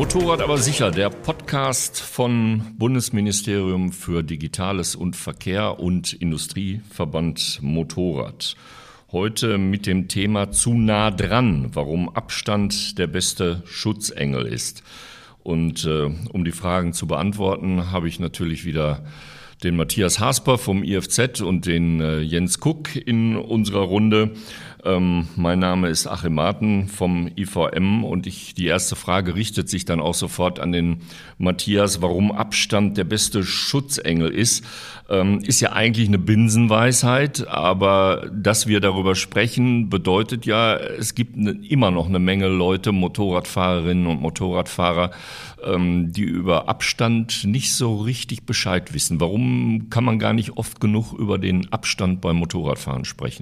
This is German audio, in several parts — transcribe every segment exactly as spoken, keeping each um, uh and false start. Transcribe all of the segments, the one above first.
Motorrad aber sicher, der Podcast von Bundesministerium für Digitales und Verkehr und Industrieverband Motorrad. Heute mit dem Thema zu nah dran, warum Abstand der beste Schutzengel ist. Und äh, um die Fragen zu beantworten, habe ich natürlich wieder den Matthias Hasper vom I F Z und den äh, Jens Kuck in unserer Runde. Ähm, mein Name ist Achim Marten vom I V M und ich, die erste Frage richtet sich dann auch sofort an den Matthias, warum Abstand der beste Schutzengel ist. Ähm, ist ja eigentlich eine Binsenweisheit, aber dass wir darüber sprechen, bedeutet ja, es gibt eine, immer noch eine Menge Leute, Motorradfahrerinnen und Motorradfahrer, ähm, die über Abstand nicht so richtig Bescheid wissen. Warum kann man gar nicht oft genug über den Abstand beim Motorradfahren sprechen?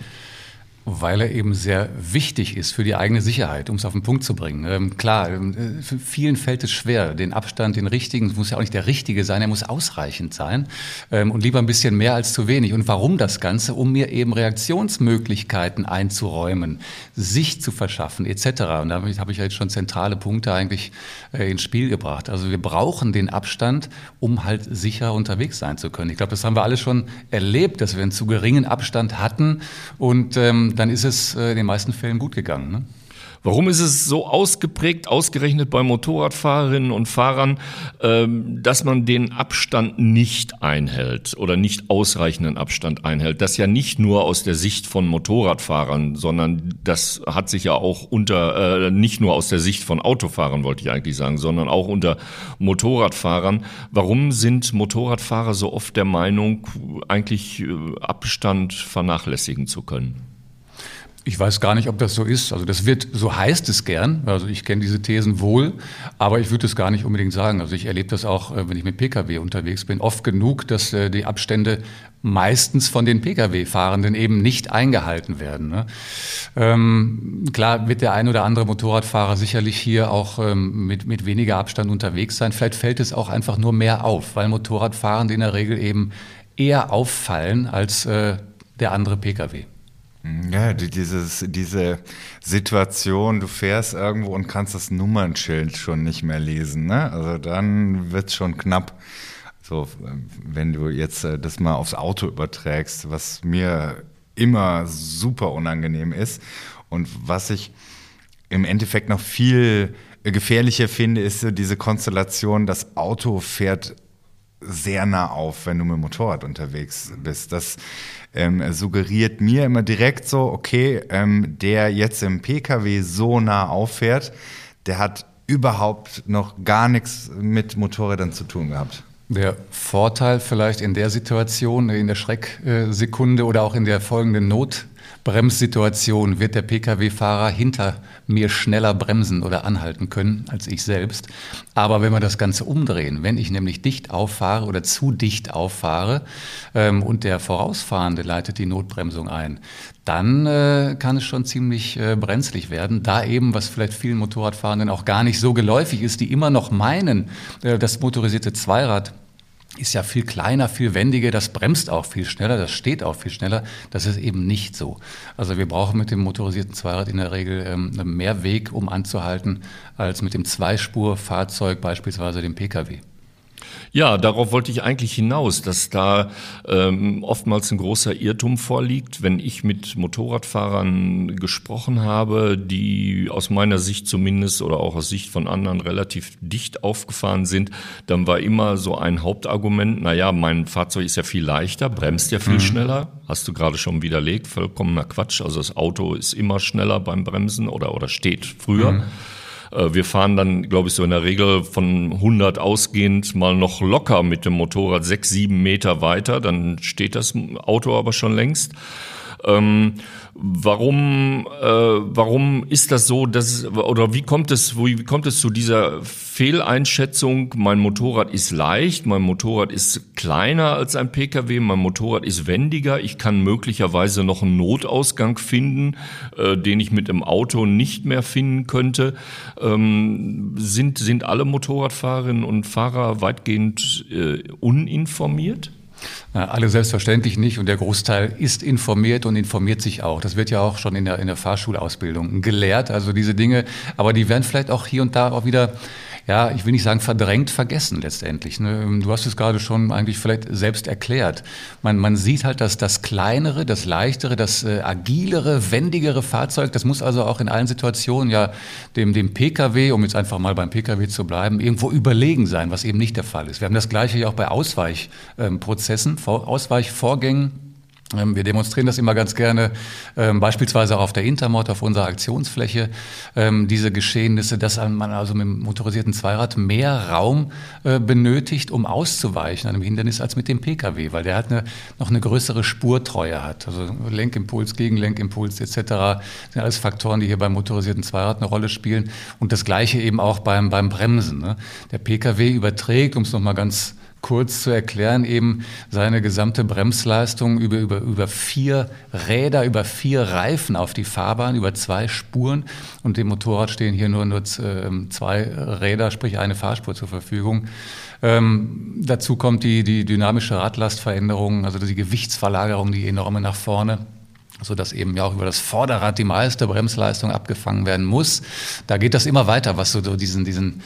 Weil er eben sehr wichtig ist für die eigene Sicherheit, um es auf den Punkt zu bringen. Ähm, klar, äh, für vielen fällt es schwer, den Abstand, den richtigen, es muss ja auch nicht der richtige sein, er muss ausreichend sein ähm, und lieber ein bisschen mehr als zu wenig. Und warum das Ganze? Um mir eben Reaktionsmöglichkeiten einzuräumen, Sicht zu verschaffen et cetera. Und damit habe ich ja jetzt schon zentrale Punkte eigentlich äh, ins Spiel gebracht. Also wir brauchen den Abstand, um halt sicher unterwegs sein zu können. Ich glaube, das haben wir alle schon erlebt, dass wir einen zu geringen Abstand hatten und ähm, dann ist es in den meisten Fällen gut gegangen. Ne? Warum ist es so ausgeprägt, ausgerechnet bei Motorradfahrerinnen und Fahrern, dass man den Abstand nicht einhält oder nicht ausreichenden Abstand einhält? Das ja nicht nur aus der Sicht von Motorradfahrern, sondern das hat sich ja auch unter, äh, nicht nur aus der Sicht von Autofahrern, wollte ich eigentlich sagen, sondern auch unter Motorradfahrern. Warum sind Motorradfahrer so oft der Meinung, eigentlich Abstand vernachlässigen zu können? Ich weiß gar nicht, ob das so ist. Also das wird, so heißt es gern. Also ich kenne diese Thesen wohl, aber ich würde es gar nicht unbedingt sagen. Also ich erlebe das auch, wenn ich mit Pkw unterwegs bin, oft genug, dass die Abstände meistens von den Pkw-Fahrenden eben nicht eingehalten werden. Ne? Ähm, klar wird der ein oder andere Motorradfahrer sicherlich hier auch ähm, mit, mit weniger Abstand unterwegs sein. Vielleicht fällt es auch einfach nur mehr auf, weil Motorradfahrende in der Regel eben eher auffallen als äh, der andere Pkw. Ja, dieses, diese Situation, du fährst irgendwo und kannst das Nummernschild schon nicht mehr lesen, ne? Also dann wird's schon knapp. So, wenn du jetzt das mal aufs Auto überträgst, was mir immer super unangenehm ist und was ich im Endeffekt noch viel gefährlicher finde, ist so diese Konstellation, das Auto fährt sehr nah auf, wenn du mit dem Motorrad unterwegs bist. Das ähm, suggeriert mir immer direkt so, okay, ähm, der jetzt im Pkw so nah auffährt, der hat überhaupt noch gar nichts mit Motorrädern zu tun gehabt. Der Vorteil vielleicht in der Situation, in der Schrecksekunde oder auch in der folgenden Notbremssituation wird der Pkw-Fahrer hinter mir schneller bremsen oder anhalten können als ich selbst. Aber wenn wir das Ganze umdrehen, wenn ich nämlich dicht auffahre oder zu dicht auffahre ähm, und der Vorausfahrende leitet die Notbremsung ein, dann äh, kann es schon ziemlich äh, brenzlig werden, da eben, was vielleicht vielen Motorradfahrenden auch gar nicht so geläufig ist, die immer noch meinen, äh, das motorisierte Zweirad ist ja viel kleiner, viel wendiger, das bremst auch viel schneller, das steht auch viel schneller. Das ist eben nicht so. Also wir brauchen mit dem motorisierten Zweirad in der Regel ähm, mehr Weg, um anzuhalten, als mit dem Zweispurfahrzeug, beispielsweise dem Pkw. Ja, darauf wollte ich eigentlich hinaus, dass da ähm, oftmals ein großer Irrtum vorliegt. Wenn ich mit Motorradfahrern gesprochen habe, die aus meiner Sicht zumindest oder auch aus Sicht von anderen relativ dicht aufgefahren sind, dann war immer so ein Hauptargument, naja, mein Fahrzeug ist ja viel leichter, bremst ja viel mhm. schneller. Hast du gerade schon widerlegt, vollkommener Quatsch. Also das Auto ist immer schneller beim Bremsen oder, oder steht früher. Mhm. Wir fahren dann, glaube ich, so in der Regel von hundert ausgehend mal noch locker mit dem Motorrad sechs, sieben Meter weiter. Dann steht das Auto aber schon längst. Ähm, warum, äh, warum ist das so, dass, oder wie kommt es, wie kommt es zu dieser Fehleinschätzung? Mein Motorrad ist leicht, mein Motorrad ist kleiner als ein Pkw, mein Motorrad ist wendiger, ich kann möglicherweise noch einen Notausgang finden, äh, den ich mit dem Auto nicht mehr finden könnte. Ähm, sind, sind alle Motorradfahrerinnen und Fahrer weitgehend äh, uninformiert? Alle selbstverständlich nicht und der Großteil ist informiert und informiert sich auch. Das wird ja auch schon in der, in der Fahrschulausbildung gelehrt, also diese Dinge, aber die werden vielleicht auch hier und da auch wieder ja, ich will nicht sagen verdrängt, vergessen letztendlich. Ne? Du hast es gerade schon eigentlich vielleicht selbst erklärt. Man, man sieht halt, dass das kleinere, das leichtere, das äh, agilere, wendigere Fahrzeug, das muss also auch in allen Situationen ja dem, dem Pkw, um jetzt einfach mal beim Pkw zu bleiben, irgendwo überlegen sein, was eben nicht der Fall ist. Wir haben das Gleiche ja auch bei Ausweichprozessen, Ausweichvorgängen. Wir demonstrieren das immer ganz gerne, ähm, beispielsweise auch auf der Intermod, auf unserer Aktionsfläche, ähm, diese Geschehnisse, dass man also mit dem motorisierten Zweirad mehr Raum äh, benötigt, um auszuweichen an einem Hindernis als mit dem Pkw, weil der halt eine, noch eine größere Spurtreue hat. Also Lenkimpuls, Gegenlenkimpuls et cetera sind alles Faktoren, die hier beim motorisierten Zweirad eine Rolle spielen. Und das Gleiche eben auch beim, beim Bremsen. Ne? Der Pkw überträgt, um es nochmal ganz kurz zu erklären, eben seine gesamte Bremsleistung über, über, über vier Räder, über vier Reifen auf die Fahrbahn, über zwei Spuren. Und dem Motorrad stehen hier nur, nur zwei Räder, sprich eine Fahrspur zur Verfügung. Ähm, dazu kommt die, die dynamische Radlastveränderung, also die Gewichtsverlagerung, die enorme nach vorne, sodass eben ja auch über das Vorderrad die meiste Bremsleistung abgefangen werden muss. Da geht das immer weiter, was so diesen, diesen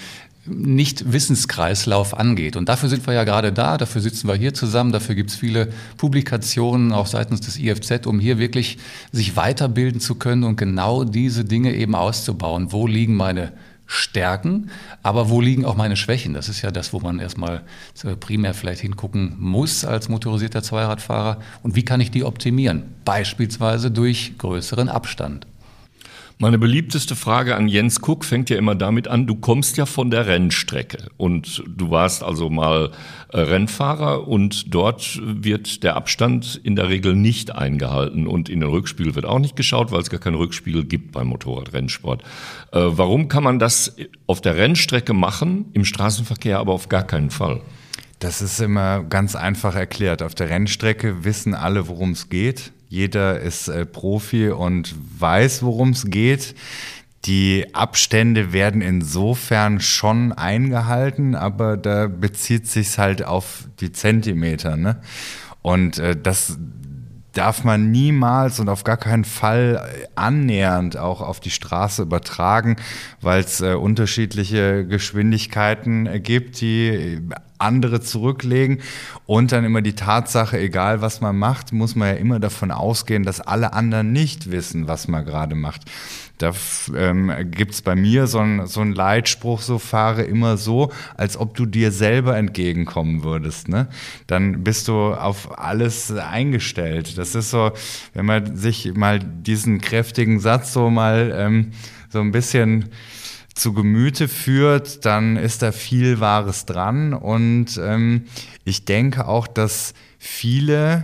Nicht-Wissenskreislauf angeht. Und dafür sind wir ja gerade da, dafür sitzen wir hier zusammen, dafür gibt es viele Publikationen auch seitens des I F Z, um hier wirklich sich weiterbilden zu können und genau diese Dinge eben auszubauen. Wo liegen meine Stärken, aber wo liegen auch meine Schwächen? Das ist ja das, wo man erstmal primär vielleicht hingucken muss als motorisierter Zweiradfahrer. Und wie kann ich die optimieren? Beispielsweise durch größeren Abstand. Meine beliebteste Frage an Jens Kuck fängt ja immer damit an, du kommst ja von der Rennstrecke und du warst also mal Rennfahrer und dort wird der Abstand in der Regel nicht eingehalten und in den Rückspiegel wird auch nicht geschaut, weil es gar keinen Rückspiegel gibt beim Motorradrennsport. Äh, warum kann man das auf der Rennstrecke machen, im Straßenverkehr aber auf gar keinen Fall? Das ist immer ganz einfach erklärt. Auf der Rennstrecke wissen alle, worum es geht. Jeder ist äh, Profi und weiß, worum es geht. Die Abstände werden insofern schon eingehalten, aber da bezieht sich's halt auf die Zentimeter, ne? Und äh, das darf man niemals und auf gar keinen Fall annähernd auch auf die Straße übertragen, weil es äh, unterschiedliche Geschwindigkeiten äh, gibt, die andere zurücklegen und dann immer die Tatsache, egal was man macht, muss man ja immer davon ausgehen, dass alle anderen nicht wissen, was man gerade macht. Da ähm, gibt's bei mir so einen so einen Leitspruch, so fahre immer so, als ob du dir selber entgegenkommen würdest, ne? Dann bist du auf alles eingestellt. Das ist so, wenn man sich mal diesen kräftigen Satz so mal ähm, so ein bisschen zu Gemüte führt, dann ist da viel Wahres dran. Und ähm, ich denke auch, dass viele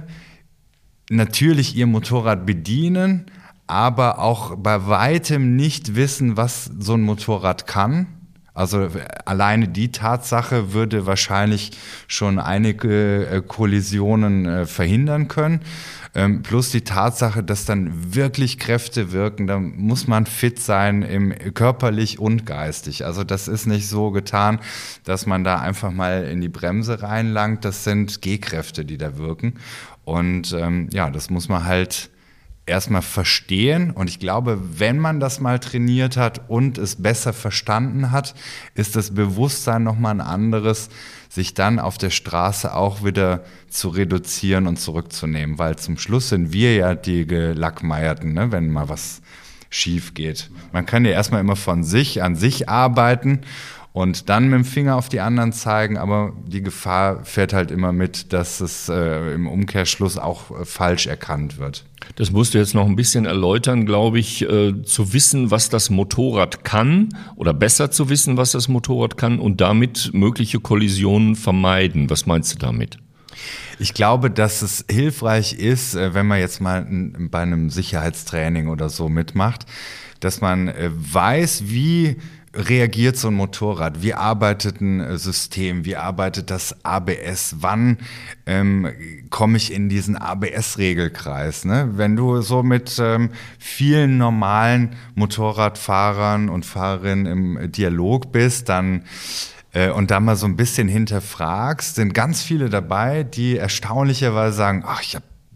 natürlich ihr Motorrad bedienen, aber auch bei weitem nicht wissen, was so ein Motorrad kann. Also alleine die Tatsache würde wahrscheinlich schon einige äh, Kollisionen äh, verhindern können. Ähm, plus die Tatsache, dass dann wirklich Kräfte wirken, da muss man fit sein, im, körperlich und geistig. Also das ist nicht so getan, dass man da einfach mal in die Bremse reinlangt. Das sind G-Kräfte, die da wirken. Und ähm, ja, das muss man halt erstmal verstehen. Und ich glaube, wenn man das mal trainiert hat und es besser verstanden hat, ist das Bewusstsein nochmal ein anderes, sich dann auf der Straße auch wieder zu reduzieren und zurückzunehmen. Weil zum Schluss sind wir ja die Gelackmeierten, ne, wenn mal was schief geht. Man kann ja erstmal immer von sich an sich arbeiten und dann mit dem Finger auf die anderen zeigen, aber die Gefahr fährt halt immer mit, dass es äh, im Umkehrschluss auch äh, falsch erkannt wird. Das musst du jetzt noch ein bisschen erläutern, glaube ich, äh, zu wissen, was das Motorrad kann oder besser zu wissen, was das Motorrad kann und damit mögliche Kollisionen vermeiden. Was meinst du damit? Ich glaube, dass es hilfreich ist, wenn man jetzt mal bei einem Sicherheitstraining oder so mitmacht, dass man weiß, wie reagiert so ein Motorrad? Wie arbeitet ein System? Wie arbeitet das A B S? Wann ähm, komme ich in diesen A B S-Regelkreis? Ne? Wenn du so mit ähm, vielen normalen Motorradfahrern und Fahrerinnen im Dialog bist, dann äh, und da mal so ein bisschen hinterfragst, sind ganz viele dabei, die erstaunlicherweise sagen, ach, ich habe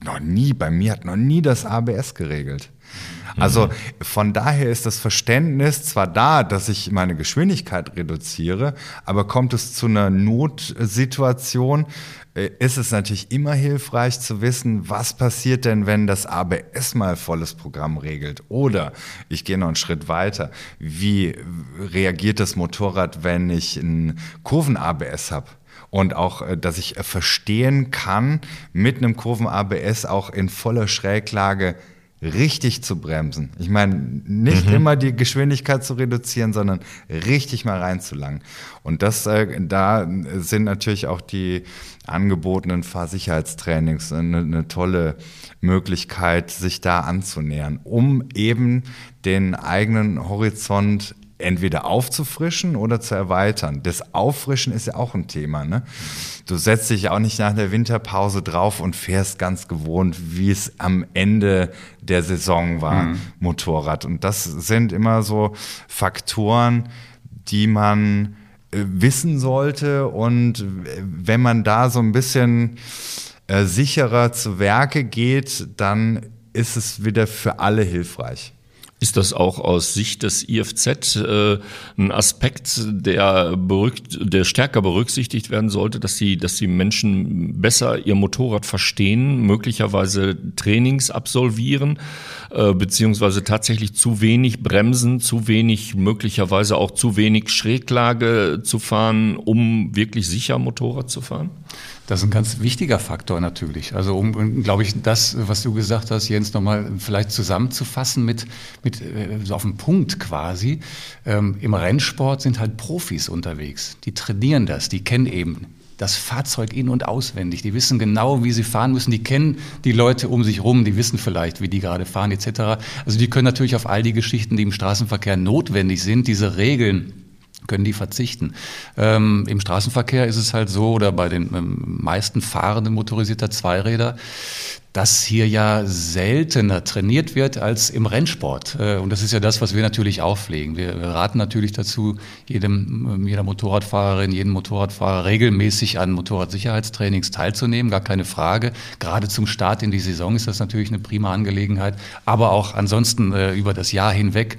noch nie, bei mir hat noch nie das A B S geregelt. Also von daher ist das Verständnis zwar da, dass ich meine Geschwindigkeit reduziere, aber kommt es zu einer Notsituation, ist es natürlich immer hilfreich zu wissen, was passiert denn, wenn das A B S mal volles Programm regelt. Oder ich gehe noch einen Schritt weiter, wie reagiert das Motorrad, wenn ich ein Kurven-A B S habe? Und auch, dass ich verstehen kann, mit einem Kurven-A B S auch in voller Schräglage richtig zu bremsen. Ich meine, nicht mhm. immer die Geschwindigkeit zu reduzieren, sondern richtig mal reinzulangen. Und das, äh, da sind natürlich auch die angebotenen Fahrsicherheitstrainings eine, eine tolle Möglichkeit, sich da anzunähern, um eben den eigenen Horizont entweder aufzufrischen oder zu erweitern. Das Auffrischen ist ja auch ein Thema, ne? Du setzt dich auch nicht nach der Winterpause drauf und fährst ganz gewohnt, wie es am Ende der Saison war, mhm. Motorrad. Und das sind immer so Faktoren, die man äh, wissen sollte. Und wenn man da so ein bisschen äh, sicherer zu Werke geht, dann ist es wieder für alle hilfreich. Ist das auch aus Sicht des I F Z äh, ein Aspekt, der, berückt, der stärker berücksichtigt werden sollte, dass die, dass die Menschen besser ihr Motorrad verstehen, möglicherweise Trainings absolvieren, äh, beziehungsweise tatsächlich zu wenig bremsen, zu wenig, möglicherweise auch zu wenig Schräglage zu fahren, um wirklich sicher Motorrad zu fahren? Das ist ein ganz wichtiger Faktor natürlich. Also um, glaube ich, das, was du gesagt hast, Jens, nochmal vielleicht zusammenzufassen mit, mit so auf den Punkt quasi. Ähm, im Rennsport sind halt Profis unterwegs. Die trainieren das, die kennen eben das Fahrzeug in- und auswendig. Die wissen genau, wie sie fahren müssen. Die kennen die Leute um sich rum, die wissen vielleicht, wie die gerade fahren et cetera. Also die können natürlich auf all die Geschichten, die im Straßenverkehr notwendig sind, diese Regeln, können die verzichten. Ähm, im Straßenverkehr ist es halt so, oder bei den ähm, meisten Fahrenden motorisierter Zweiräder, dass hier ja seltener trainiert wird als im Rennsport. Äh, und das ist ja das, was wir natürlich auch pflegen. Wir, wir raten natürlich dazu, jedem, jeder Motorradfahrerin, jedem Motorradfahrer regelmäßig an Motorradsicherheitstrainings teilzunehmen, gar keine Frage. Gerade zum Start in die Saison ist das natürlich eine prima Angelegenheit, aber auch ansonsten äh, über das Jahr hinweg.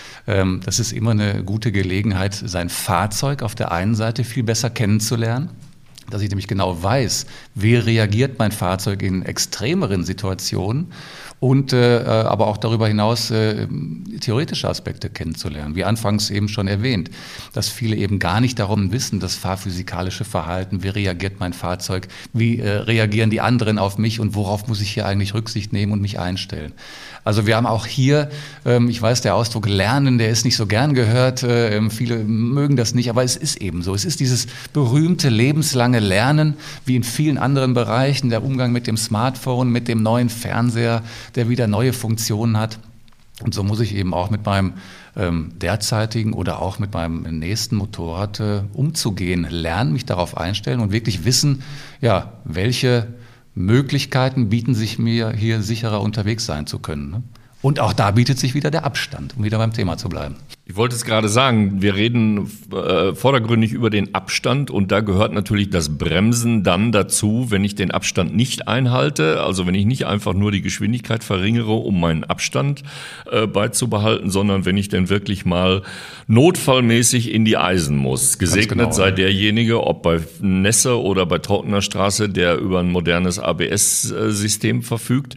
Das ist immer eine gute Gelegenheit, sein Fahrzeug auf der einen Seite viel besser kennenzulernen, dass ich nämlich genau weiß, wie reagiert mein Fahrzeug in extremeren Situationen und äh, aber auch darüber hinaus äh, theoretische Aspekte kennenzulernen. Wie anfangs eben schon erwähnt, dass viele eben gar nicht darum wissen, das fahrphysikalische Verhalten, wie reagiert mein Fahrzeug, wie äh, reagieren die anderen auf mich und worauf muss ich hier eigentlich Rücksicht nehmen und mich einstellen. Also wir haben auch hier, ähm, ich weiß, der Ausdruck Lernen, der ist nicht so gern gehört, äh, viele mögen das nicht, aber es ist eben so. Es ist dieses berühmte lebenslange Lernen, wie in vielen anderen Bereichen, der Umgang mit dem Smartphone, mit dem neuen Fernseher, der wieder neue Funktionen hat. Und so muss ich eben auch mit meinem ähm, derzeitigen oder auch mit meinem nächsten Motorrad äh, umzugehen, lernen, mich darauf einstellen und wirklich wissen, ja, welche Möglichkeiten bieten sich mir, hier sicherer unterwegs sein zu können. Ne? Und auch da bietet sich wieder der Abstand, um wieder beim Thema zu bleiben. Ich wollte es gerade sagen, wir reden äh, vordergründig über den Abstand und da gehört natürlich das Bremsen dann dazu, wenn ich den Abstand nicht einhalte, also wenn ich nicht einfach nur die Geschwindigkeit verringere, um meinen Abstand äh, beizubehalten, sondern wenn ich denn wirklich mal notfallmäßig in die Eisen muss. Gesegnet genau, sei ja. derjenige, ob bei Nässe oder bei trockener Straße, der über ein modernes A B S-System verfügt.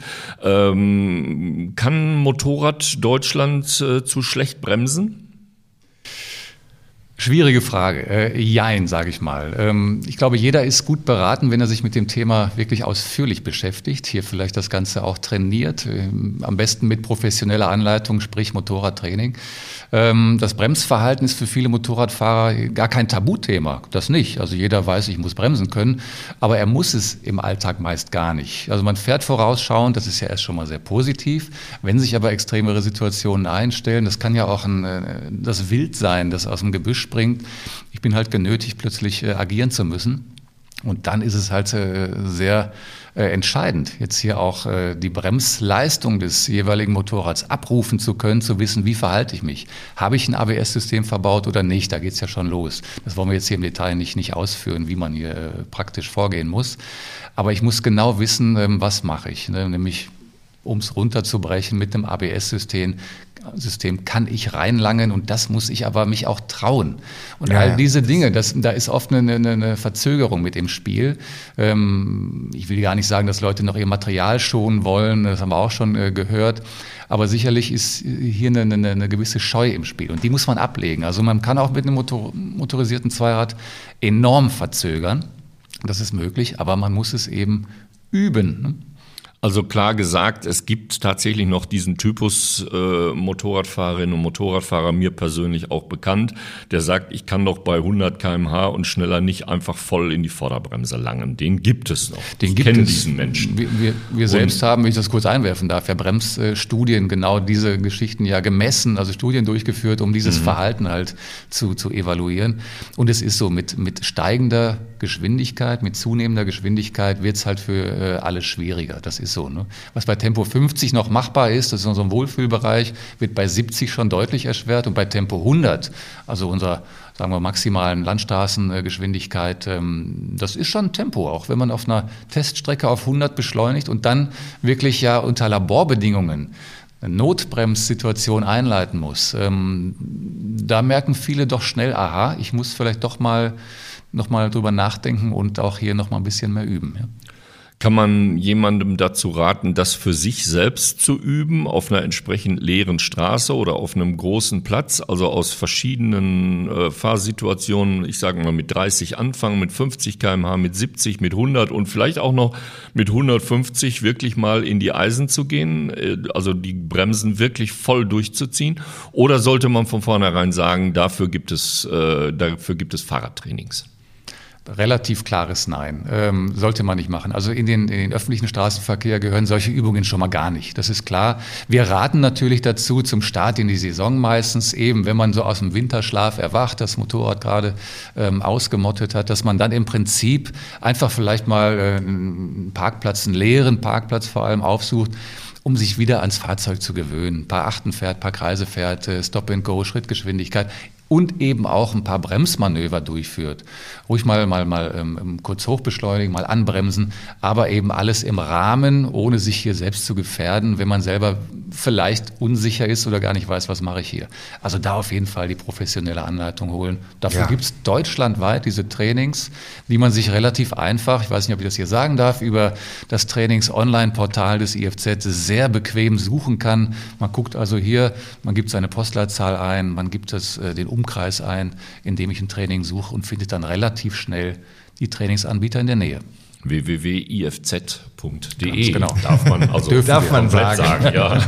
Ähm, kann Motorrad Deutschland äh, zu schlecht bremsen? Schwierige Frage. Äh, jein, sage ich mal. Ähm, ich glaube, jeder ist gut beraten, wenn er sich mit dem Thema wirklich ausführlich beschäftigt. Hier vielleicht das Ganze auch trainiert. Ähm, am besten mit professioneller Anleitung, sprich Motorradtraining. Ähm, das Bremsverhalten ist für viele Motorradfahrer gar kein Tabuthema. Das nicht. Also jeder weiß, ich muss bremsen können. Aber er muss es im Alltag meist gar nicht. Also man fährt vorausschauend, das ist ja erst schon mal sehr positiv. Wenn sich aber extremere Situationen einstellen, das kann ja auch ein, das Wild sein, das aus dem Gebüsch springt. Ich bin halt genötigt, plötzlich äh, agieren zu müssen. Und dann ist es halt äh, sehr äh, entscheidend, jetzt hier auch äh, die Bremsleistung des jeweiligen Motorrads abrufen zu können, zu wissen, wie verhalte ich mich. Habe ich ein A B S-System verbaut oder nicht? Da geht es ja schon los. Das wollen wir jetzt hier im Detail nicht, nicht ausführen, wie man hier äh, praktisch vorgehen muss. Aber ich muss genau wissen, ähm, was mache ich. Ne? Nämlich, um es runterzubrechen, mit einem A B S-System System kann ich reinlangen und das muss ich aber mich auch trauen. Und ja, all diese Dinge, das, da ist oft eine, eine, eine Verzögerung mit im Spiel. Ähm, ich will gar nicht sagen, dass Leute noch ihr Material schonen wollen, das haben wir auch schon äh, gehört. Aber sicherlich ist hier eine, eine, eine gewisse Scheu im Spiel und die muss man ablegen. Also man kann auch mit einem Motor, motorisierten Zweirad enorm verzögern. Das ist möglich, aber man muss es eben üben, ne? Also klar gesagt, es gibt tatsächlich noch diesen Typus äh, Motorradfahrerinnen und Motorradfahrer, mir persönlich auch bekannt, der sagt, ich kann doch bei hundert Kilometer pro Stunde und schneller nicht einfach voll in die Vorderbremse langen. Den gibt es noch. Den ich gibt kenne es. diesen Menschen. Wir, wir, wir selbst haben, wenn ich das kurz einwerfen darf, ja Bremsstudien genau diese Geschichten ja gemessen, also Studien durchgeführt, um dieses mhm. Verhalten halt zu, zu evaluieren. Und es ist so, mit, mit steigender Geschwindigkeit, mit zunehmender Geschwindigkeit wird es halt für äh, alle schwieriger. Das ist so, ne? Was bei Tempo fünfzig noch machbar ist, das ist so ein Wohlfühlbereich, wird bei siebzig schon deutlich erschwert und bei Tempo hundert, also unserer, sagen wir, maximalen Landstraßengeschwindigkeit, ähm, das ist schon Tempo, auch wenn man auf einer Teststrecke auf hundert beschleunigt und dann wirklich ja unter Laborbedingungen eine Notbremssituation einleiten muss. Ähm, da merken viele doch schnell, aha, ich muss vielleicht doch mal noch mal drüber nachdenken und auch hier noch mal ein bisschen mehr üben. Ja. Kann man jemandem dazu raten, das für sich selbst zu üben, auf einer entsprechend leeren Straße oder auf einem großen Platz, also aus verschiedenen äh, Fahrsituationen, ich sage mal mit dreißig anfangen, mit fünfzig Kilometer pro Stunde, mit siebzig, mit hundert und vielleicht auch noch mit hundertfünfzig wirklich mal in die Eisen zu gehen, äh, also die Bremsen wirklich voll durchzuziehen? Oder sollte man von vornherein sagen, dafür gibt es, äh, dafür gibt es Fahrradtrainings? Relativ klares Nein. Ähm, sollte man nicht machen. Also in den, in den öffentlichen Straßenverkehr gehören solche Übungen schon mal gar nicht. Das ist klar. Wir raten natürlich dazu zum Start in die Saison meistens eben, wenn man so aus dem Winterschlaf erwacht, das Motorrad gerade ähm, ausgemottet hat, dass man dann im Prinzip einfach vielleicht mal äh, einen Parkplatz, einen leeren Parkplatz vor allem aufsucht, um sich wieder ans Fahrzeug zu gewöhnen. Ein paar Achten fährt, ein paar Kreise fährt, Stop and Go, Schrittgeschwindigkeit. Und eben auch ein paar Bremsmanöver durchführt. Ruhig mal, mal, mal ähm, kurz hochbeschleunigen, mal anbremsen, aber eben alles im Rahmen, ohne sich hier selbst zu gefährden, wenn man selber vielleicht unsicher ist oder gar nicht weiß, was mache ich hier. Also da auf jeden Fall die professionelle Anleitung holen. Dafür ja. gibt es deutschlandweit diese Trainings, die man sich relativ einfach, ich weiß nicht, ob ich das hier sagen darf, über das Trainings-Online-Portal des I F Z sehr bequem suchen kann. Man guckt also hier, man gibt seine Postleitzahl ein, man gibt es, äh, den Umkreis ein, in dem ich ein Training suche und findet dann relativ schnell die Trainingsanbieter in der Nähe. w w w punkt i f z punkt d e genau. Darf man also darf man sagen. sagen ja.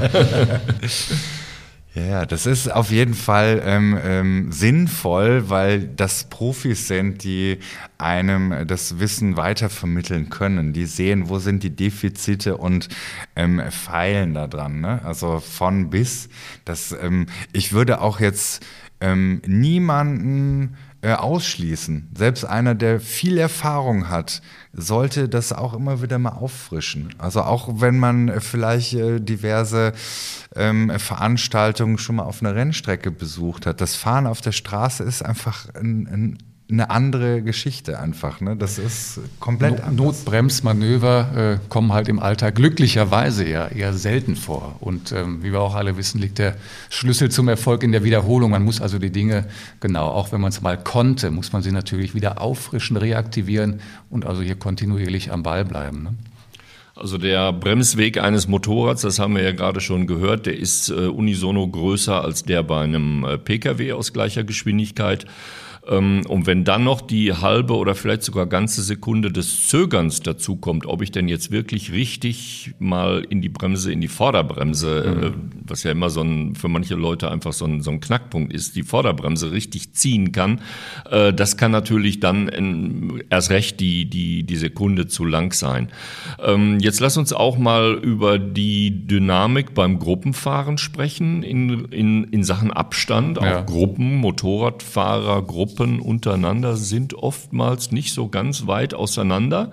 Ja, das ist auf jeden Fall ähm, ähm, sinnvoll, weil das Profis sind, die einem das Wissen weitervermitteln können. Die sehen, wo sind die Defizite und ähm, feilen da dran. Ne? Also von bis. Das, ähm, ich würde auch jetzt ähm, niemanden äh, ausschließen. Selbst einer, der viel Erfahrung hat, sollte das auch immer wieder mal auffrischen. Also auch wenn man vielleicht äh, diverse ähm, Veranstaltungen schon mal auf einer Rennstrecke besucht hat. Das Fahren auf der Straße ist einfach ein, ein eine andere Geschichte einfach, ne? Das ist komplett anders. Notbremsmanöver äh, kommen halt im Alltag glücklicherweise eher, eher selten vor. Und ähm, wie wir auch alle wissen, liegt der Schlüssel zum Erfolg in der Wiederholung. Man muss also die Dinge, genau, auch wenn man es mal konnte, muss man sie natürlich wieder auffrischen, reaktivieren und also hier kontinuierlich am Ball bleiben, ne? Also der Bremsweg eines Motorrads, das haben wir ja gerade schon gehört, der ist äh, unisono größer als der bei einem äh, Pkw aus gleicher Geschwindigkeit. Und wenn dann noch die halbe oder vielleicht sogar ganze Sekunde des Zögerns dazu kommt, ob ich denn jetzt wirklich richtig mal in die Bremse, in die Vorderbremse, mhm. was ja immer so ein, für manche Leute einfach so ein, so ein Knackpunkt ist, die Vorderbremse richtig ziehen kann, das kann natürlich dann erst recht die, die, die Sekunde zu lang sein. Jetzt lass uns auch mal über die Dynamik beim Gruppenfahren sprechen, in, in, in Sachen Abstand, auch ja. Gruppen, Motorradfahrer, Gruppen. Gruppen untereinander sind oftmals nicht so ganz weit auseinander.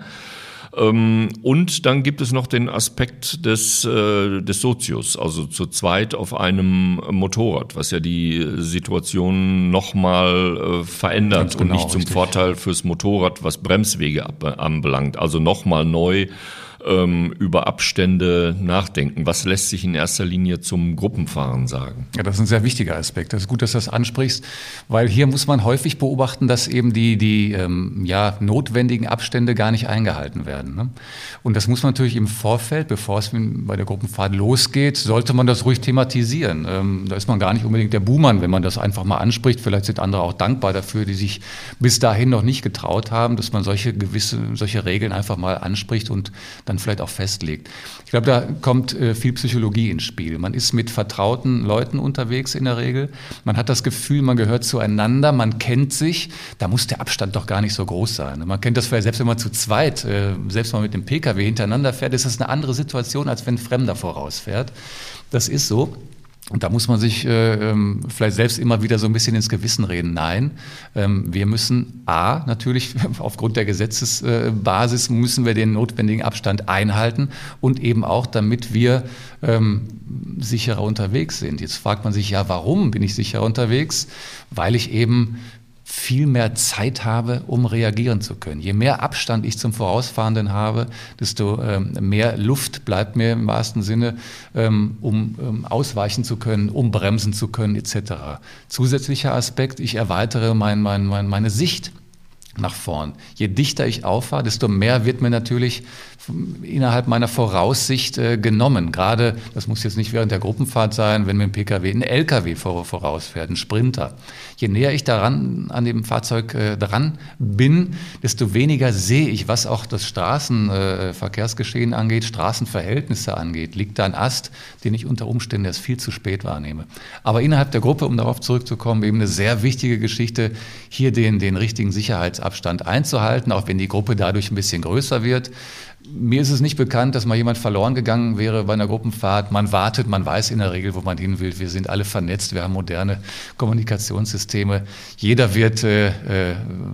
Und dann gibt es noch den Aspekt des, des Sozius, also zu zweit auf einem Motorrad, was ja die Situation nochmal verändert genau, und nicht zum richtig. Vorteil fürs Motorrad, was Bremswege anbelangt. Also nochmal neu ähm, über Abstände nachdenken. Was lässt sich in erster Linie zum Gruppenfahren sagen? Ja, das ist ein sehr wichtiger Aspekt. Das ist gut, dass du das ansprichst, weil hier muss man häufig beobachten, dass eben die, die ähm, ja, notwendigen Abstände gar nicht eingehalten werden. Ne? Und das muss man natürlich im Vorfeld, bevor es bei der Gruppenfahrt losgeht, sollte man das ruhig thematisieren. Ähm, da ist man gar nicht unbedingt der Buhmann, wenn man das einfach mal anspricht. Vielleicht sind andere auch dankbar dafür, die sich bis dahin noch nicht getraut haben, dass man solche gewisse, solche Regeln einfach mal anspricht und dann vielleicht auch festlegt. Ich glaube, da kommt äh, viel Psychologie ins Spiel. Man ist mit vertrauten Leuten unterwegs in der Regel. Man hat das Gefühl, man gehört zueinander, man kennt sich. Da muss der Abstand doch gar nicht so groß sein. Man kennt das vielleicht selbst, wenn man zu zweit, äh, selbst mal mit dem Pkw hintereinander fährt, ist das eine andere Situation, als wenn ein Fremder vorausfährt. Das ist so. Und da muss man sich äh, vielleicht selbst immer wieder so ein bisschen ins Gewissen reden. Nein, ähm, wir müssen A, natürlich aufgrund der Gesetzesbasis müssen wir den notwendigen Abstand einhalten und eben auch, damit wir ähm, sicherer unterwegs sind. Jetzt fragt man sich, ja, warum bin ich sicherer unterwegs? Weil ich eben viel mehr Zeit habe, um reagieren zu können. Je mehr Abstand ich zum Vorausfahrenden habe, desto ähm, mehr Luft bleibt mir im wahrsten Sinne, ähm, um ähm, ausweichen zu können, um bremsen zu können, et cetera. Zusätzlicher Aspekt, ich erweitere mein, mein, mein, meine Sicht nach vorn. Je dichter ich auffahre, desto mehr wird mir natürlich innerhalb meiner Voraussicht äh, genommen. Gerade, das muss jetzt nicht während der Gruppenfahrt sein, wenn mit dem Pkw ein L K W vor, vorausfährt, ein Sprinter. Je näher ich daran an dem Fahrzeug äh, dran bin, desto weniger sehe ich, was auch das Straßenverkehrsgeschehen äh, angeht, Straßenverhältnisse angeht. Liegt da ein Ast, den ich unter Umständen erst viel zu spät wahrnehme. Aber innerhalb der Gruppe, um darauf zurückzukommen, eben eine sehr wichtige Geschichte, hier den, den richtigen Sicherheitsabstand einzuhalten, auch wenn die Gruppe dadurch ein bisschen größer wird. Mir ist es nicht bekannt, dass mal jemand verloren gegangen wäre bei einer Gruppenfahrt. Man wartet, man weiß in der Regel, wo man hin will. Wir sind alle vernetzt, wir haben moderne Kommunikationssysteme. Jeder wird äh, äh,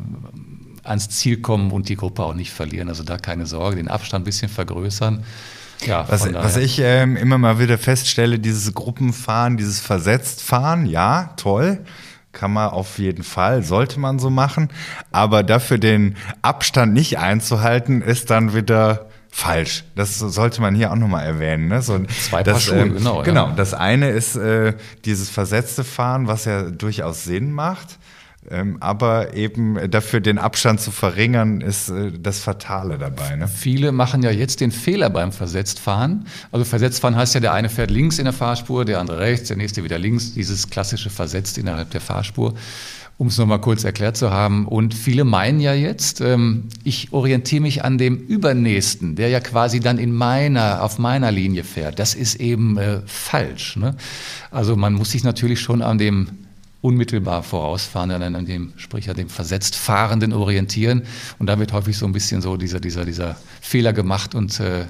ans Ziel kommen und die Gruppe auch nicht verlieren. Also da keine Sorge, den Abstand ein bisschen vergrößern. Ja, was, was ich ähm, immer mal wieder feststelle, dieses Gruppenfahren, dieses Versetztfahren, ja, toll. Kann man auf jeden Fall, sollte man so machen. Aber dafür den Abstand nicht einzuhalten, ist dann wieder falsch. Das sollte man hier auch nochmal erwähnen. Ne? So, Zwei Paar das, Schuhe, äh, genau. Genau, ja. Das eine ist äh, dieses versetzte Fahren, was ja durchaus Sinn macht. Ähm, aber eben dafür den Abstand zu verringern, ist äh, das Fatale dabei. Ne? Viele machen ja jetzt den Fehler beim Versetztfahren. Also Versetztfahren heißt ja, der eine fährt links in der Fahrspur, der andere rechts, der nächste wieder links. Dieses klassische Versetzt innerhalb der Fahrspur, um es nochmal kurz erklärt zu haben. Und viele meinen ja jetzt, ähm, ich orientiere mich an dem Übernächsten, der ja quasi dann in meiner, auf meiner Linie fährt. Das ist eben äh, falsch. Ne? Also man muss sich natürlich schon an dem unmittelbar vorausfahrenden, an dem, sprich an dem versetzt Fahrenden orientieren. Und da wird häufig so ein bisschen so dieser, dieser, dieser Fehler gemacht und äh,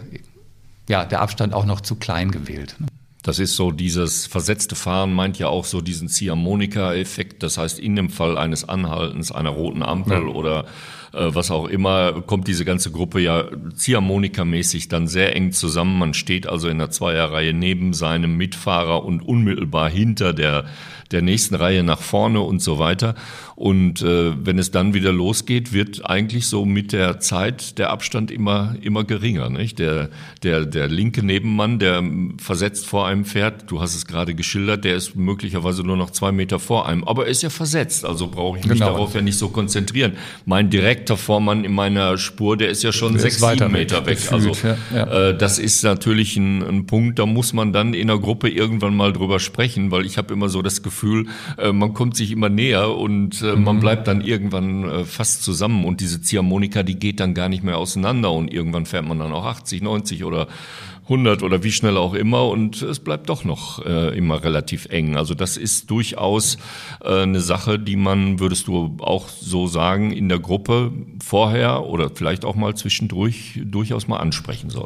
ja, der Abstand auch noch zu klein gewählt. Das ist so, dieses versetzte Fahren meint ja auch so diesen Ziehharmonika-Effekt. Das heißt, in dem Fall eines Anhaltens einer roten Ampel ja. oder äh, was auch immer, kommt diese ganze Gruppe ja Ziehharmonika-mäßig dann sehr eng zusammen. Man steht also in der Zweierreihe neben seinem Mitfahrer und unmittelbar hinter der der nächsten Reihe nach vorne und so weiter. Und äh, wenn es dann wieder losgeht, wird eigentlich so mit der Zeit der Abstand immer immer geringer. Nicht? Der der der linke Nebenmann, der versetzt vor einem fährt, du hast es gerade geschildert, der ist möglicherweise nur noch zwei Meter vor einem, aber er ist ja versetzt, also brauche ich mich genau. darauf ja nicht so konzentrieren. Mein direkter Vormann in meiner Spur, der ist ja schon der sechs, sieben Meter weg. Gefühlt, also ja, ja. Äh, das ist natürlich ein, ein Punkt, da muss man dann in der Gruppe irgendwann mal drüber sprechen, weil ich habe immer so das Gefühl, man kommt sich immer näher und mhm. man bleibt dann irgendwann fast zusammen und diese Ziehharmonika, die geht dann gar nicht mehr auseinander und irgendwann fährt man dann auch achtzig, neunzig oder hundert oder wie schnell auch immer und es bleibt doch noch äh, immer relativ eng. Also das ist durchaus äh, eine Sache, die man, würdest du auch so sagen, in der Gruppe vorher oder vielleicht auch mal zwischendurch durchaus mal ansprechen sollte.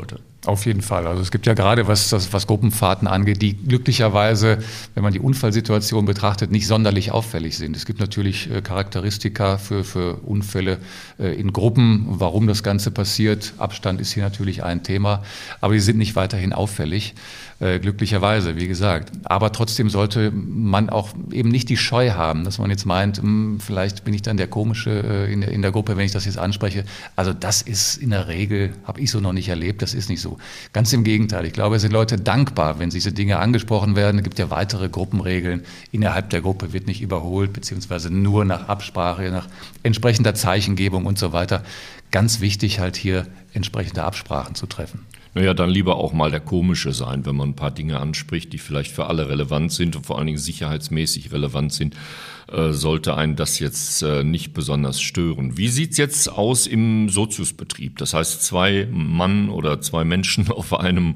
Auf jeden Fall. Also es gibt ja gerade, was das, was Gruppenfahrten angeht, die glücklicherweise, wenn man die Unfallsituation betrachtet, nicht sonderlich auffällig sind. Es gibt natürlich äh, Charakteristika für, für Unfälle äh, in Gruppen, warum das Ganze passiert. Abstand ist hier natürlich ein Thema, aber die sind nicht weiterhin auffällig. Äh, glücklicherweise, wie gesagt. Aber trotzdem sollte man auch eben nicht die Scheu haben, dass man jetzt meint, mh, vielleicht bin ich dann der Komische äh, in, der, in der Gruppe, wenn ich das jetzt anspreche. Also das ist in der Regel, habe ich so noch nicht erlebt, das ist nicht so. Ganz im Gegenteil. Ich glaube, es sind Leute dankbar, wenn diese Dinge angesprochen werden. Es gibt ja weitere Gruppenregeln. Innerhalb der Gruppe wird nicht überholt, beziehungsweise nur nach Absprache, nach entsprechender Zeichengebung und so weiter. Ganz wichtig halt hier entsprechende Absprachen zu treffen. Naja, dann lieber auch mal der Komische sein, wenn man ein paar Dinge anspricht, die vielleicht für alle relevant sind und vor allen Dingen sicherheitsmäßig relevant sind, äh, sollte einen das jetzt äh, nicht besonders stören. Wie sieht's jetzt aus im Soziusbetrieb? Das heißt, zwei Mann oder zwei Menschen auf einem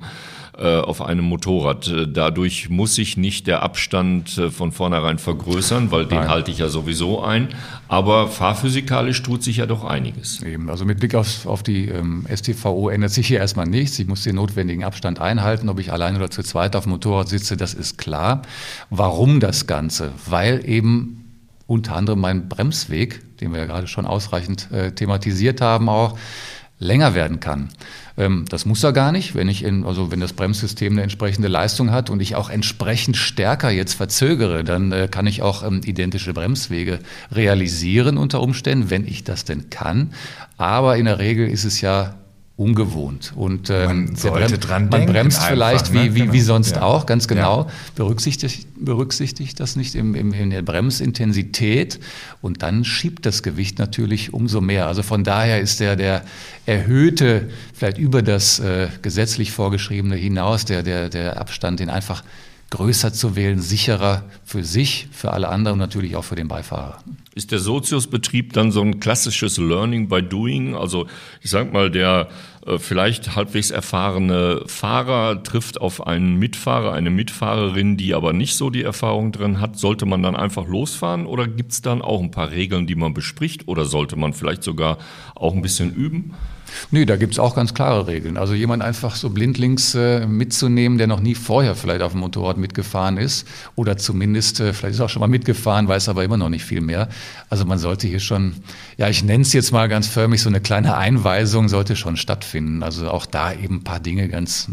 auf einem Motorrad. Dadurch muss sich nicht der Abstand von vornherein vergrößern, weil den Nein. halte ich ja sowieso ein. Aber fahrphysikalisch tut sich ja doch einiges. Eben, also mit Blick auf, auf die ähm, S T V O ändert sich hier erstmal nichts. Ich muss den notwendigen Abstand einhalten. Ob ich allein oder zu zweit auf dem Motorrad sitze, das ist klar. Warum das Ganze? Weil eben unter anderem mein Bremsweg, den wir ja gerade schon ausreichend äh, thematisiert haben, auch länger werden kann. Ähm, das muss er gar nicht, wenn ich in, also wenn das Bremssystem eine entsprechende Leistung hat und ich auch entsprechend stärker jetzt verzögere, dann äh, kann ich auch ähm, identische Bremswege realisieren unter Umständen, wenn ich das denn kann. Aber in der Regel ist es ja ungewohnt. Und ähm, man sollte Brem- dran man denken bremst einfach, vielleicht ne? wie, wie, Genau. wie sonst Ja. auch, ganz genau. Ja. Berücksichtigt, berücksichtigt das nicht im, im, in der Bremsintensität und dann schiebt das Gewicht natürlich umso mehr. Also von daher ist der, der erhöhte, vielleicht über das äh, gesetzlich vorgeschriebene hinaus, der, der, der Abstand, den einfach größer zu wählen, sicherer für sich, für alle anderen und natürlich auch für den Beifahrer. Ist der Soziusbetrieb dann so ein klassisches Learning by Doing? Also ich sag mal, der äh, vielleicht halbwegs erfahrene Fahrer trifft auf einen Mitfahrer, eine Mitfahrerin, die aber nicht so die Erfahrung drin hat. Sollte man dann einfach losfahren oder gibt es dann auch ein paar Regeln, die man bespricht oder sollte man vielleicht sogar auch ein bisschen üben? Nee, da gibt's auch ganz klare Regeln. Also jemand einfach so blindlings äh, mitzunehmen, der noch nie vorher vielleicht auf dem Motorrad mitgefahren ist oder zumindest, äh, vielleicht ist er auch schon mal mitgefahren, weiß aber immer noch nicht viel mehr. Also man sollte hier schon, ja, ich nenne es jetzt mal ganz förmlich, so eine kleine Einweisung sollte schon stattfinden. Also auch da eben ein paar Dinge ganz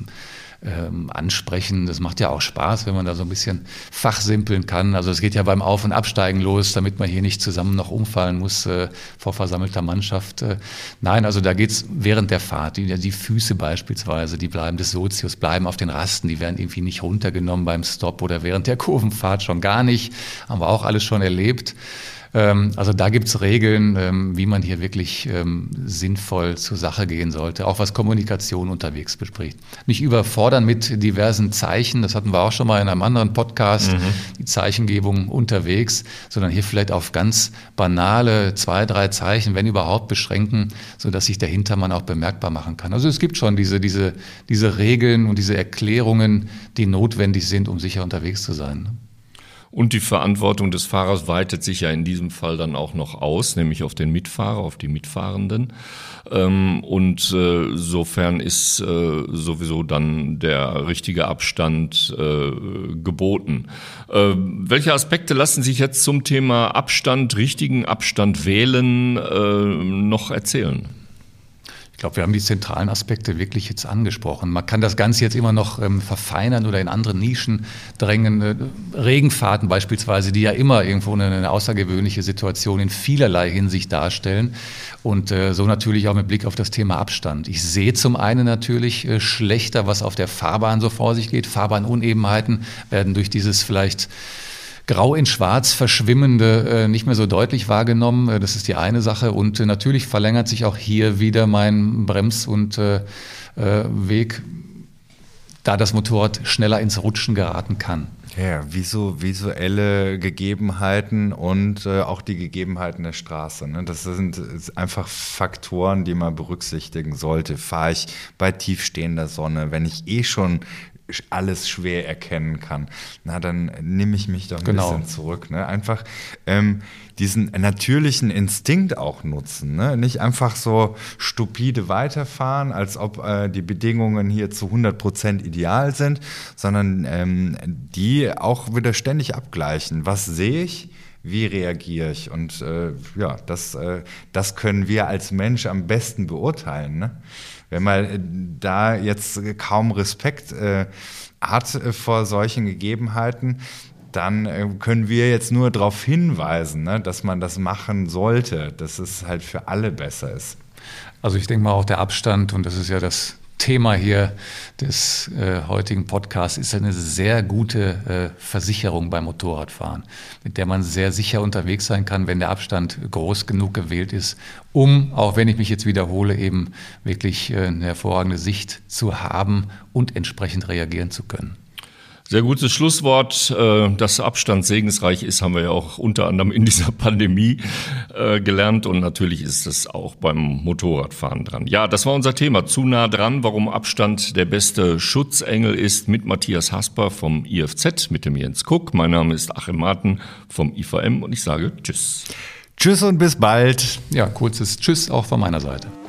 ähm, ansprechen. Das macht ja auch Spaß, wenn man da so ein bisschen fachsimpeln kann. Also es geht ja beim Auf- und Absteigen los, damit man hier nicht zusammen noch umfallen muss äh, vor versammelter Mannschaft. Äh, nein, also da geht's während der Fahrt. Die, die Füße beispielsweise, die bleiben des Sozius, bleiben auf den Rasten, die werden irgendwie nicht runtergenommen beim Stop oder während der Kurvenfahrt schon gar nicht. Haben wir auch alles schon erlebt. Also da gibt's Regeln, wie man hier wirklich sinnvoll zur Sache gehen sollte, auch was Kommunikation unterwegs bespricht. Nicht überfordern mit diversen Zeichen, das hatten wir auch schon mal in einem anderen Podcast, mhm. die Zeichengebung unterwegs, sondern hier vielleicht auf ganz banale zwei, drei Zeichen, wenn überhaupt, beschränken, sodass sich der Hintermann auch bemerkbar machen kann. Also es gibt schon diese, diese, diese Regeln und diese Erklärungen, die notwendig sind, um sicher unterwegs zu sein. Und die Verantwortung des Fahrers weitet sich ja in diesem Fall dann auch noch aus, nämlich auf den Mitfahrer, auf die Mitfahrenden. Und insofern ist sowieso dann der richtige Abstand geboten. Welche Aspekte lassen sich jetzt zum Thema Abstand, richtigen Abstand wählen, noch erzählen? Ich glaube, wir haben die zentralen Aspekte wirklich jetzt angesprochen. Man kann das Ganze jetzt immer noch ähm, verfeinern oder in andere Nischen drängen. Äh, Regenfahrten beispielsweise, die ja immer irgendwo eine, eine außergewöhnliche Situation in vielerlei Hinsicht darstellen. Und äh, so natürlich auch mit Blick auf das Thema Abstand. Ich sehe zum einen natürlich äh, schlechter, was auf der Fahrbahn so vor sich geht. Fahrbahnunebenheiten werden durch dieses vielleicht grau in schwarz verschwimmende äh, nicht mehr so deutlich wahrgenommen. Äh, das ist die eine Sache. Und äh, natürlich verlängert sich auch hier wieder mein Brems- und äh, äh, Weg, da das Motorrad schneller ins Rutschen geraten kann. Ja, visu, visuelle Gegebenheiten und äh, auch die Gegebenheiten der Straße. Ne? Das sind einfach Faktoren, die man berücksichtigen sollte. Fahre ich bei tiefstehender Sonne, wenn ich eh schon alles schwer erkennen kann. Na, dann nehme ich mich doch ein genau. bisschen zurück. Ne? Einfach ähm, diesen natürlichen Instinkt auch nutzen. Ne? Nicht einfach so stupide weiterfahren, als ob äh, die Bedingungen hier zu hundert Prozent ideal sind, sondern ähm, die auch wieder ständig abgleichen. Was sehe ich? Wie reagiere ich? Und äh, ja, das, äh, das können wir als Mensch am besten beurteilen. Ne? Wenn man da jetzt kaum Respekt äh, hat äh, vor solchen Gegebenheiten, dann äh, können wir jetzt nur darauf hinweisen, ne, dass man das machen sollte, dass es halt für alle besser ist. Also ich denke mal auch der Abstand, und das ist ja das Thema hier des äh, heutigen Podcasts, ist eine sehr gute äh, Versicherung beim Motorradfahren, mit der man sehr sicher unterwegs sein kann, wenn der Abstand groß genug gewählt ist, um, auch wenn ich mich jetzt wiederhole, eben wirklich äh, eine hervorragende Sicht zu haben und entsprechend reagieren zu können. Sehr gutes Schlusswort. Dass Abstand segensreich ist, haben wir ja auch unter anderem in dieser Pandemie gelernt. Und natürlich ist es auch beim Motorradfahren dran. Ja, das war unser Thema. Zu nah dran, warum Abstand der beste Schutzengel ist, mit Matthias Hasper vom I F Z, mit dem Jens Kuck. Mein Name ist Achim Marten vom I V M und ich sage Tschüss. Tschüss und bis bald. Ja, kurzes Tschüss auch von meiner Seite.